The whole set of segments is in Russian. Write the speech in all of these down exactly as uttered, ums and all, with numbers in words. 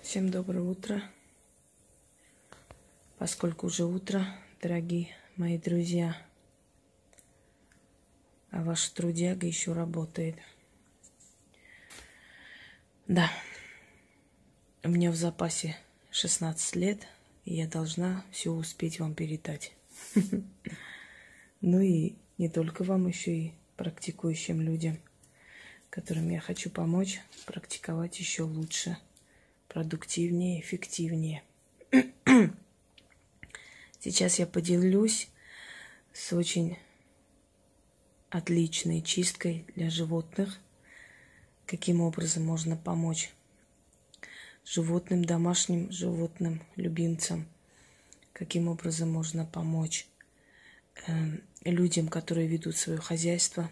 Всем доброе утро. Поскольку уже утро, дорогие мои друзья, а ваша трудяга еще работает. Да, у меня в запасе шестнадцать лет, и я должна все успеть вам передать. Ну и не только вам, еще и практикующим людям, которым я хочу помочь практиковать еще лучше, продуктивнее, эффективнее. Сейчас я поделюсь с очень отличной чисткой для животных, каким образом можно помочь животным, домашним животным, любимцам, каким образом можно помочь э, людям, которые ведут свое хозяйство,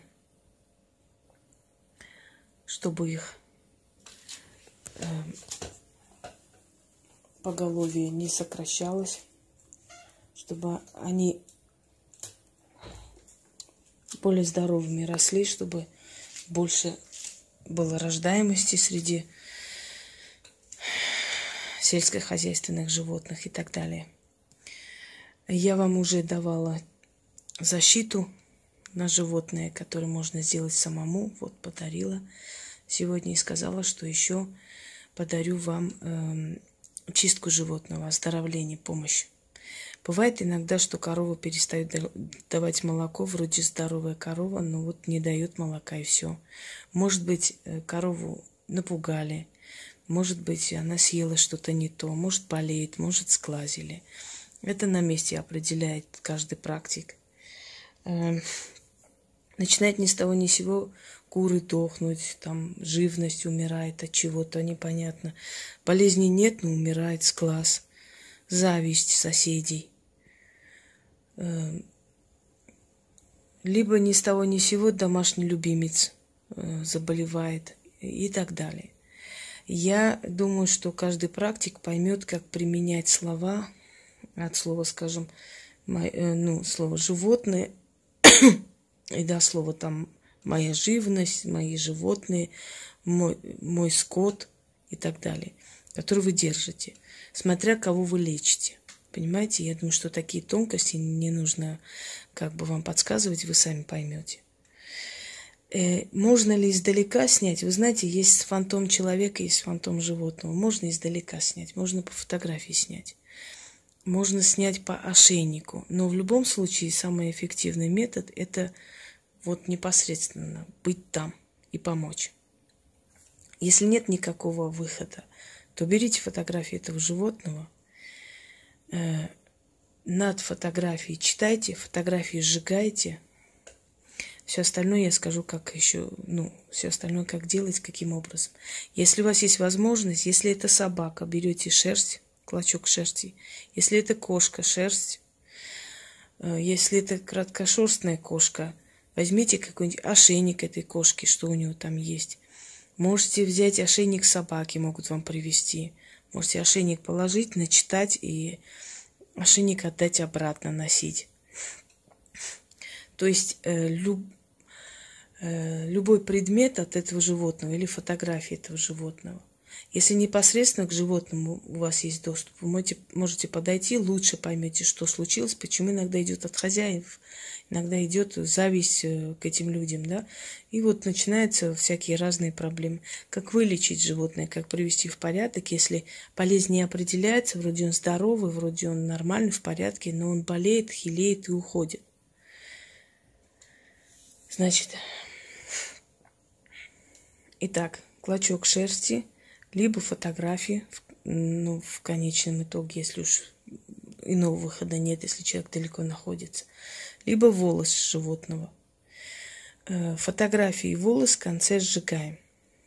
чтобы их э, поголовье не сокращалось, чтобы они более здоровыми росли, чтобы больше было рождаемости среди сельскохозяйственных животных и так далее. Я вам уже давала защиту на животное, которую можно сделать самому. Вот подарила сегодня и сказала, что еще подарю вам э, чистку животного, оздоровление, помощь. Бывает иногда, что корова перестает давать молоко, вроде здоровая корова, но вот не дает молока и все. Может быть, корову напугали, может быть, она съела что-то не то, может, болеет, может, сглазили. Это на месте определяет каждый практик. Начинает ни с того ни с сего куры дохнуть, там живность умирает от чего-то непонятно. Болезни нет, но умирает сглаз, зависть соседей. Либо ни с того ни с сего домашний любимец заболевает и так далее. Я думаю, что каждый практик поймет, как применять слова от слова, скажем, ну, слово животное, и до слова там моя живность, мои животные, мой, мой скот и так далее, который вы держите, смотря кого вы лечите. Понимаете, я думаю, что такие тонкости не нужно как бы вам подсказывать, вы сами поймете. Э, можно ли издалека снять? Вы знаете, есть фантом человека, есть фантом животного. Можно издалека снять, можно по фотографии снять. Можно снять по ошейнику. Но в любом случае самый эффективный метод – это вот непосредственно быть там и помочь. Если нет никакого выхода, то берите фотографии этого животного, э, над фотографией читайте, фотографии сжигайте. Все остальное я скажу, как еще, ну, все остальное, как делать, каким образом. Если у вас есть возможность, если это собака, берете шерсть, клочок шерсти. Если это кошка, шерсть. Если это краткошерстная кошка, возьмите какой-нибудь ошейник этой кошки, что у него там есть. Можете взять ошейник собаки, могут вам привезти. Можете ошейник положить, начитать и ошейник отдать обратно, носить. То есть э, люб, э, любой предмет от этого животного или фотографии этого животного. Если непосредственно к животному у вас есть доступ, вы можете, можете подойти, лучше поймете, что случилось, почему иногда идет от хозяев, иногда идет зависть к этим людям, да, и вот начинаются всякие разные проблемы. Как вылечить животное, как привести в порядок, если болезнь не определяется, вроде он здоровый, вроде он нормальный, в порядке, но он болеет, хилеет и уходит. Значит, итак, клочок шерсти, либо фотографии, ну, в конечном итоге, если уж иного выхода нет, если человек далеко находится, либо волос животного. Фотографии и волос в конце сжигаем.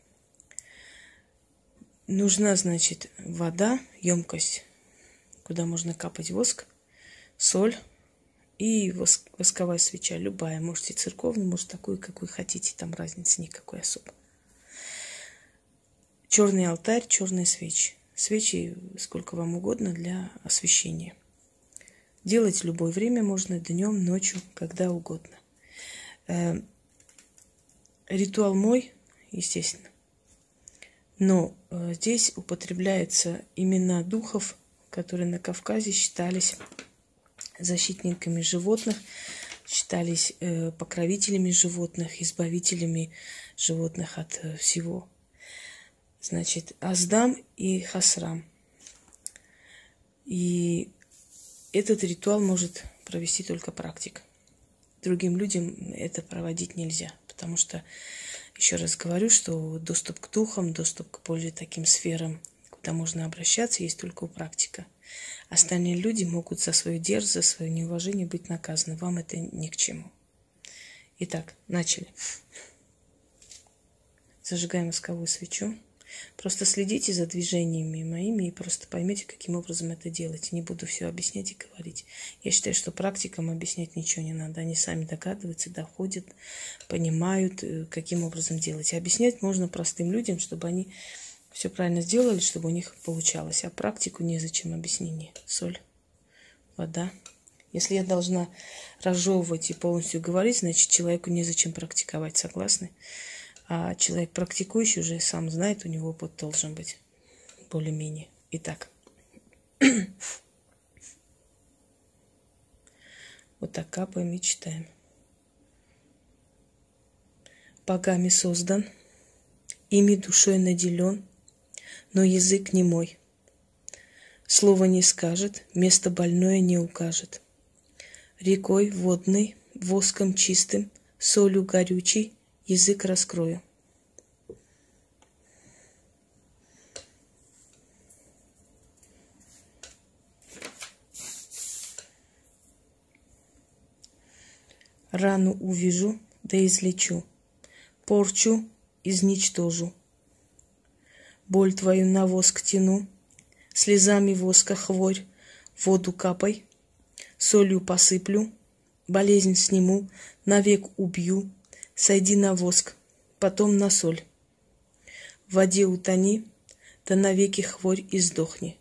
Нужна, значит, вода, емкость, куда можно капать воск, соль и воск, восковая свеча, любая. Можете церковную, может такую, какую хотите, там разницы никакой особо. Черный алтарь, черные свечи. Свечи сколько вам угодно для освещения. Делать в любое время можно, днем, ночью, когда угодно. Э, ритуал мой, естественно. Но э, здесь употребляются имена духов, которые на Кавказе считались защитниками животных, считались э, покровителями животных, избавителями животных от э, всего. Значит, Аздам и Хасрам. И этот ритуал может провести только практик. Другим людям это проводить нельзя, потому что, еще раз говорю, что доступ к духам, доступ к более таким сферам, куда можно обращаться, есть только у практика. Остальные люди могут за свою дерзость, за свое неуважение быть наказаны. Вам это ни к чему. Итак, начали. Зажигаем восковую свечу. Просто следите за движениями моими и просто поймете, каким образом это делать. Не буду все объяснять и говорить. Я считаю, что практикам объяснять ничего не надо. Они сами догадываются, доходят, понимают, каким образом делать. И объяснять можно простым людям, чтобы они все правильно сделали, чтобы у них получалось. А практику незачем объяснение. Соль, вода. Если я должна разжевывать и полностью говорить, значит, человеку незачем практиковать. Согласны? А человек практикующий уже сам знает, у него опыт должен быть более-менее. Итак. Вот так капаем и читаем. Богами создан, ими душой наделен, но язык не мой. Слово не скажет, место больное не укажет. Рекой водной, воском чистым, солью горючей, язык раскрою. Рану увижу, да излечу, порчу изничтожу. Боль твою на воск тяну, слезами воска хворь, воду капай, солью посыплю, болезнь сниму, навек убью, сойди на воск, потом на соль. В воде утони, да навеки хворь и сдохни.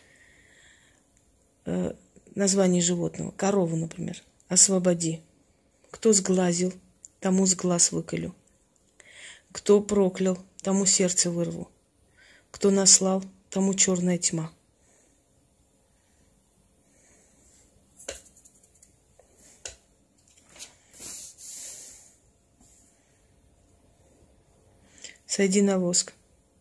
Э, название животного. Корову, например. Освободи. Кто сглазил, тому с глаз выколю. Кто проклял, тому сердце вырву. Кто наслал, тому черная тьма. Сойди на воск,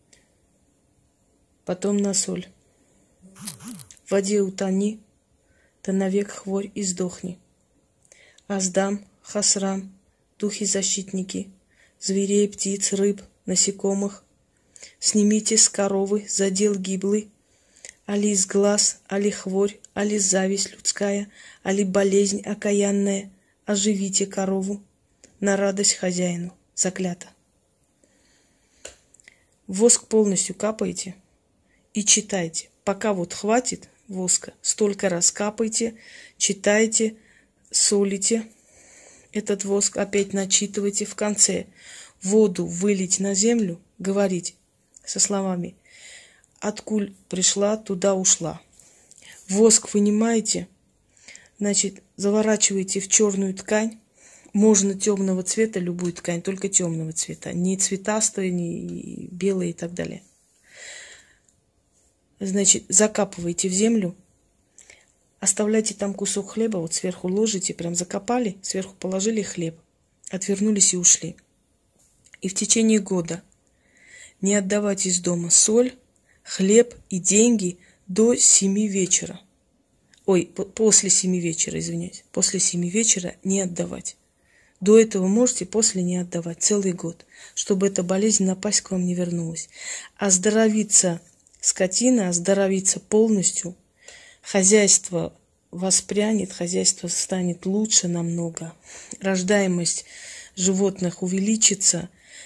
потом на соль. В воде утони, да навек хворь и сдохни. Аздам, Хасрам, духи-защитники, зверей, птиц, рыб, насекомых, снимите с коровы задел гиблый, али с глаз, али хворь, али зависть людская, али болезнь окаянная, оживите корову на радость хозяину. Заклято. Воск полностью капаете и читайте. Пока вот хватит воска, столько раз капайте, читайте, солите этот воск, опять начитывайте. В конце воду вылить на землю, говорить со словами «Откуль пришла, туда ушла». Воск вынимаете, значит, заворачиваете в черную ткань. Можно темного цвета, любую ткань, только темного цвета. Не цветастую, не белые и так далее. Значит, закапываете в землю. Оставляйте там кусок хлеба, вот сверху ложите, прям закопали, сверху положили хлеб, отвернулись и ушли. И в течение года не отдавать из дома соль, хлеб и деньги до семи вечера. Ой, после семи вечера, извиняюсь. После семи вечера не отдавать. До этого можете, после не отдавать. Целый год. Чтобы эта болезнь напасть к вам не вернулась. Оздоровится скотина, оздоровится полностью. Хозяйство воспрянет, хозяйство станет лучше намного. Рождаемость животных увеличится.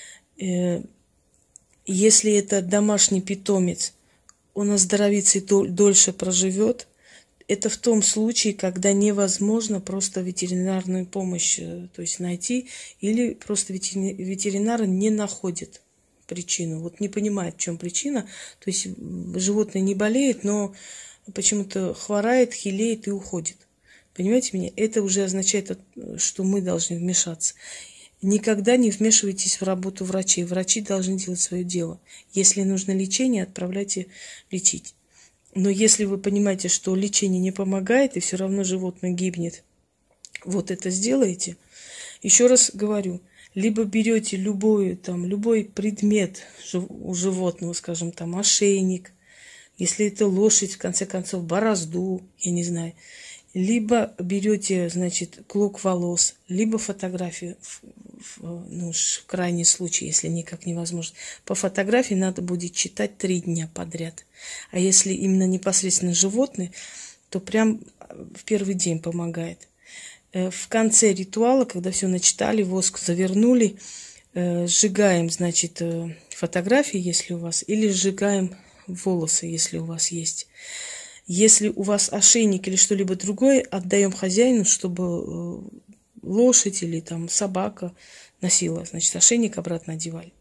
Если это домашний питомец, он оздоровится и дольше проживет. Это в том случае, когда невозможно просто ветеринарную помощь, то есть найти, или просто ветеринары не находят причину. Вот не понимает, в чем причина. То есть животное не болеет, но почему-то хворает, хилеет и уходит. Понимаете меня? Это уже означает, что мы должны вмешаться. Никогда не вмешивайтесь в работу врачей. Врачи должны делать свое дело. Если нужно лечение, отправляйте лечить. Но если вы понимаете, что лечение не помогает, и все равно животное гибнет, вот это сделаете. Еще раз говорю, либо берете любой, там, любой предмет у животного, скажем, там, ошейник, если это лошадь, в конце концов, борозду, я не знаю, либо берете, значит, клок волос, либо фотографию, ну, в крайний случай, если никак невозможно. По фотографии надо будет читать три дня подряд. А если именно непосредственно животные, то прям в первый день помогает. В конце ритуала, когда все начитали, воск завернули, сжигаем, значит, фотографии, если у вас, или сжигаем волосы, если у вас есть. Если у вас ошейник или что-либо другое, отдаем хозяину, чтобы лошадь или там собака носила. Значит, ошейник обратно одевали.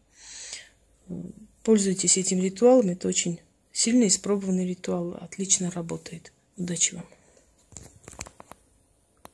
Пользуйтесь этим ритуалом. Это очень сильно испробованный ритуал. Отлично работает. Удачи вам.